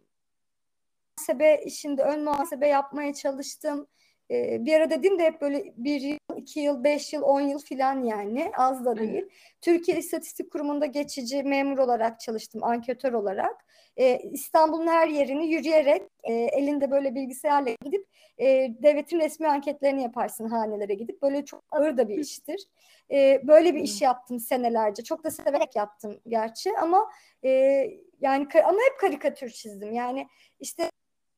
B: muhasebe işinde ön muhasebe yapmaya çalıştım. Ee, bir ara dediğim de hep böyle bir yıl, iki yıl, beş yıl, on yıl filan yani az da
A: Evet.
B: değil. Türkiye İstatistik Kurumu'nda geçici memur olarak çalıştım, anketör olarak. Ee, İstanbul'un her yerini yürüyerek e, elinde böyle bilgisayarla gidip e, devletin resmi anketlerini yaparsın hanelere gidip. Böyle çok ağır da bir iştir. Ee, böyle bir iş yaptım senelerce. Çok da severek yaptım gerçi ama e, yani ama hep karikatür çizdim. Yani işte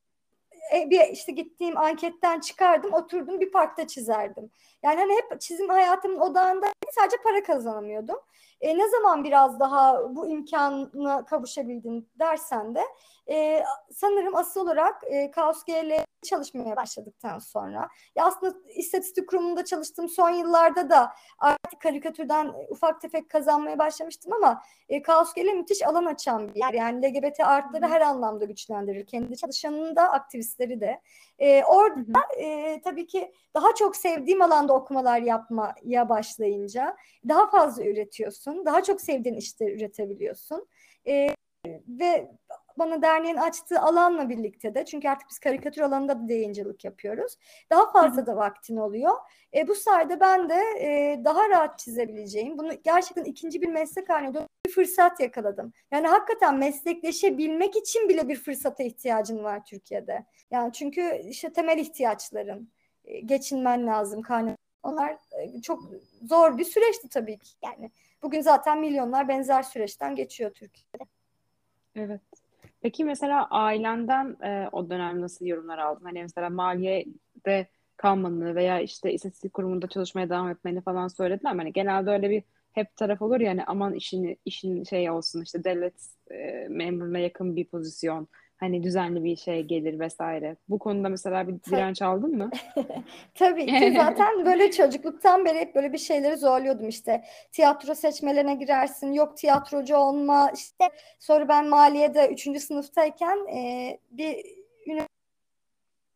B: e, bir işte gittiğim anketten çıkardım, oturdum bir parkta çizerdim. Yani hani hep çizim hayatımın odağında, sadece para kazanamıyordum. E, ne zaman biraz daha bu imkanına kavuşabildim dersen de e, sanırım asıl olarak e, Kaos G L çalışmaya başladıktan sonra. Ya aslında istatistik kurumunda çalıştığım son yıllarda da artık karikatürden ufak tefek kazanmaya başlamıştım ama e, Kaos G L müthiş alan açan bir yer. Yani L G B T artları her anlamda güçlendirir. Kendi çalışanını da aktivistleri de. E, orada
A: Hı hı.
B: e, tabii ki daha çok sevdiğim alanda okumalar yapmaya başlayınca daha fazla üretiyorsun. Daha çok sevdiğin işte üretebiliyorsun. E, ve bana derneğin açtığı alanla birlikte de, çünkü artık biz karikatür alanında da yayıncılık yapıyoruz, daha
A: Hı hı.
B: fazla da vaktin oluyor. E, bu sayede ben de e, daha rahat çizebileceğim, bunu gerçekten ikinci bir meslek haline dönüştürmek bir fırsat yakaladım. Yani hakikaten meslekleşebilmek için bile bir fırsata ihtiyacın var Türkiye'de. Yani çünkü işte temel ihtiyaçların, e, geçinmen lazım, karnın. Onlar e, çok zor bir süreçti tabii ki. Yani bugün zaten milyonlar benzer süreçten geçiyor Türkiye'de.
A: Evet. Peki mesela ailenden e, o dönem nasıl yorumlar aldın? Hani mesela maliyede kalmanı veya işte istatistik kurumunda çalışmaya devam etmeni falan söylediler mi? Hani genelde öyle bir hep taraf olur ya, hani aman işini işin şey olsun, işte devlet e, memuruna yakın bir pozisyon, hani düzenli bir şey gelir vesaire. Bu konuda mesela bir direnç aldın mı?
B: Tabii ki zaten böyle çocukluktan beri hep böyle bir şeyleri zorluyordum işte. Tiyatro seçmelerine girersin, yok tiyatrocu olma işte. Sonra ben maliyede üçüncü sınıftayken e, bir üniversite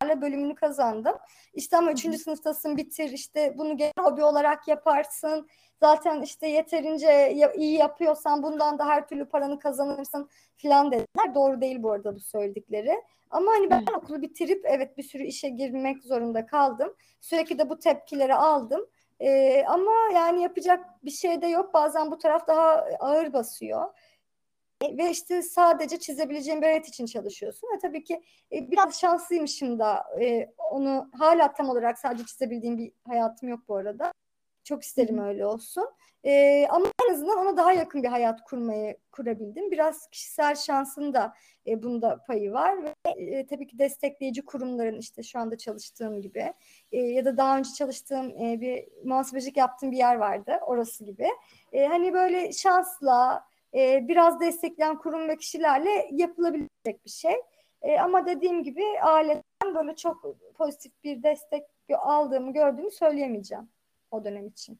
B: bölümünü kazandım. İşte ama üçüncü sınıftasın, bitir, işte bunu gene hobi olarak yaparsın. Zaten işte yeterince iyi yapıyorsan bundan da her türlü paranı kazanırsın filan dediler. Doğru değil bu arada bu söyledikleri. Ama hani ben okulu bitirip evet bir sürü işe girmek zorunda kaldım. Sürekli de bu tepkileri aldım. Ee, ama yani yapacak bir şey de yok. Bazen bu taraf daha ağır basıyor. Ve işte sadece çizebileceğim bir hayat için çalışıyorsun. Ve tabii ki e, biraz şanslıymışım da e, onu hala tam olarak sadece çizebildiğim bir hayatım yok bu arada. Çok isterim öyle olsun. E, ama en azından ona daha yakın bir hayat kurmayı kurabildim. Biraz kişisel şansın da e, bunda payı var. Ve e, tabii ki destekleyici kurumların işte şu anda çalıştığım gibi e, ya da daha önce çalıştığım e, bir muhasebecilik yaptığım bir yer vardı. Orası gibi. E, hani böyle şansla e, biraz destekleyen kurum ve kişilerle yapılabilecek bir şey. E, ama dediğim gibi aileden böyle çok pozitif bir destek aldığımı, gördüğümü söyleyemeyeceğim o dönem için.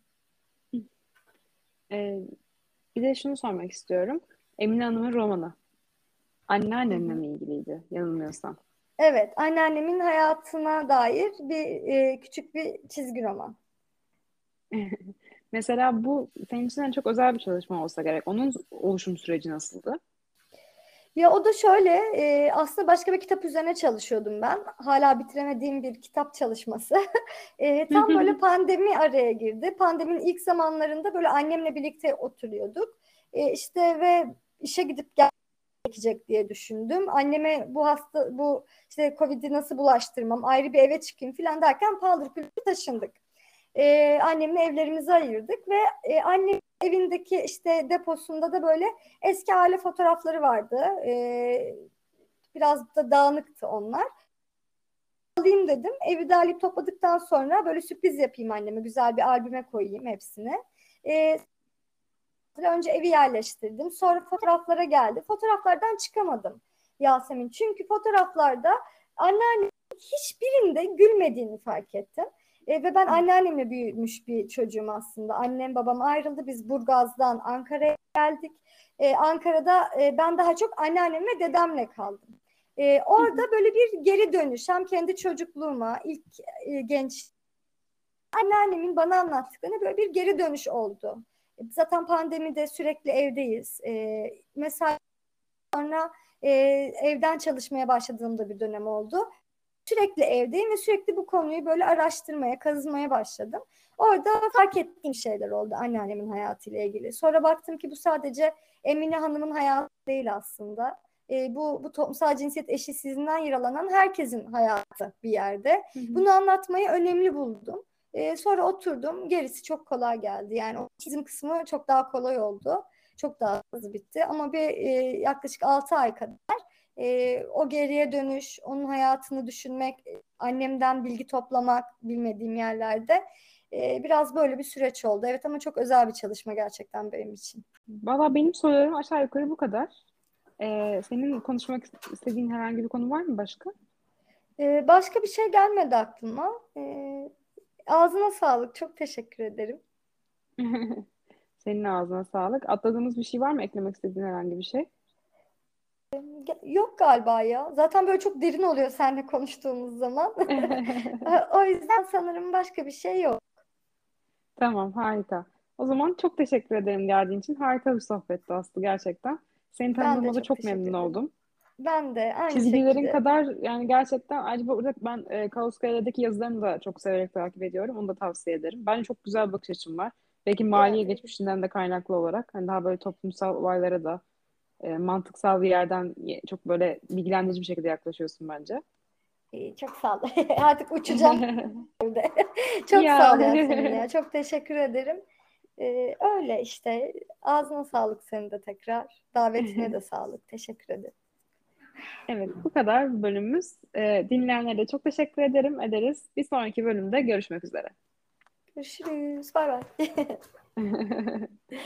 A: Ee, Bir de şunu sormak istiyorum. Emine Hanım'ın romanı.
B: Hı
A: Anneannenle
B: hı.
A: mi ilgiliydi yanılmıyorsam?
B: Evet, anneannemin hayatına dair bir e, küçük bir çizgi roman.
A: Mesela bu senin için en çok özel bir çalışma olsa gerek. Onun oluşum süreci nasıldı?
B: Ya o da şöyle, e, aslında başka bir kitap üzerine çalışıyordum ben. Hala bitiremediğim bir kitap çalışması. E, tam böyle pandemi araya girdi. Pandeminin ilk zamanlarında böyle annemle birlikte oturuyorduk. E, işte ve işe gidip gel gerekecek diye düşündüm. Anneme bu hasta bu işte Covid'i nasıl bulaştırmam, ayrı bir eve çıkayım falan derken paldır küldür taşındık. Ee, annemle evlerimizi ayırdık ve e, annem evindeki işte deposunda da böyle eski aile fotoğrafları vardı. Ee, biraz da dağınıktı onlar. Alayım dedim. Evi derleyip topladıktan sonra böyle sürpriz yapayım anneme. Güzel bir albüme koyayım hepsini. Ee, Önce evi yerleştirdim. Sonra fotoğraflara geldi. Fotoğraflardan çıkamadım Yasemin. Çünkü fotoğraflarda anneannemin hiçbirinde gülmediğini fark ettim. E, ve ben anneannemle büyümüş bir çocuğum aslında. Annem babam ayrıldı. Biz Burgaz'dan Ankara'ya geldik. E, Ankara'da e, ben daha çok anneannem ve dedemle kaldım. E, orada böyle bir geri dönüş. Hem kendi çocukluğuma, ilk e, genç anneannemin bana anlattıklarına böyle bir geri dönüş oldu. Zaten pandemide sürekli evdeyiz. E, mesela sonra e, evden çalışmaya başladığımda bir dönem oldu. Sürekli evdeyim ve sürekli bu konuyu böyle araştırmaya, kazımaya başladım. Orada fark ettiğim şeyler oldu anneannemin hayatıyla ilgili. Sonra baktım ki bu sadece Emine Hanım'ın hayatı değil aslında. E, bu, bu toplumsal cinsiyet eşitsizliğinden yaralanan herkesin hayatı bir yerde. Bunu anlatmayı önemli buldum. E, sonra oturdum. Gerisi çok kolay geldi. Yani o çizim kısmı çok daha kolay oldu. Çok daha hızlı bitti. Ama bir e, yaklaşık altı ay kadar e, o geriye dönüş, onun hayatını düşünmek, annemden bilgi toplamak bilmediğim yerlerde e, biraz böyle bir süreç oldu. Evet ama çok özel bir çalışma gerçekten benim için.
A: Valla benim sorularım aşağı yukarı bu kadar. Ee, senin konuşmak istediğin herhangi bir konu var mı başka?
B: E, başka bir şey gelmedi aklıma. E, ağzına sağlık. Çok teşekkür ederim.
A: Senin ağzına sağlık. Atladığımız bir şey var mı? Eklemek istediğin herhangi bir şey?
B: Yok galiba ya. Zaten böyle çok derin oluyor seninle konuştuğumuz zaman. O yüzden sanırım başka bir şey yok.
A: Tamam, harika. O zaman çok teşekkür ederim geldiğin için. Harika bir sohbetti Aslı gerçekten. Seni
B: Ben de
A: tanıdığıma da
B: çok
A: çok memnun
B: teşekkür ederim.
A: oldum.
B: Ben de aynı
A: Çizgilerin
B: şekilde.
A: kadar yani gerçekten ayrıca burada ben e, Kaos Kare'deki yazılarını da çok severek takip ediyorum. Onu da tavsiye ederim. Bence çok güzel bir bakış açım var. Belki maliye
B: Yani
A: geçmişinden de kaynaklı olarak hani daha böyle toplumsal olaylara da e, mantıksal bir yerden ye- çok böyle bilgilendirici bir şekilde yaklaşıyorsun bence.
B: iyi, çok sağ ol. Artık uçacağım evde. Çok
A: Ya
B: sağ ol Yasemin ya. Çok teşekkür ederim. Ee, öyle işte. Ağzına sağlık senin de tekrar. Davetine de sağlık. Teşekkür ederim.
A: evet, bu kadar bölümümüz. E, dinleyenlere de çok teşekkür ederim, ederiz. Bir sonraki bölümde görüşmek üzere.
B: Görüşürüz. Bay bay.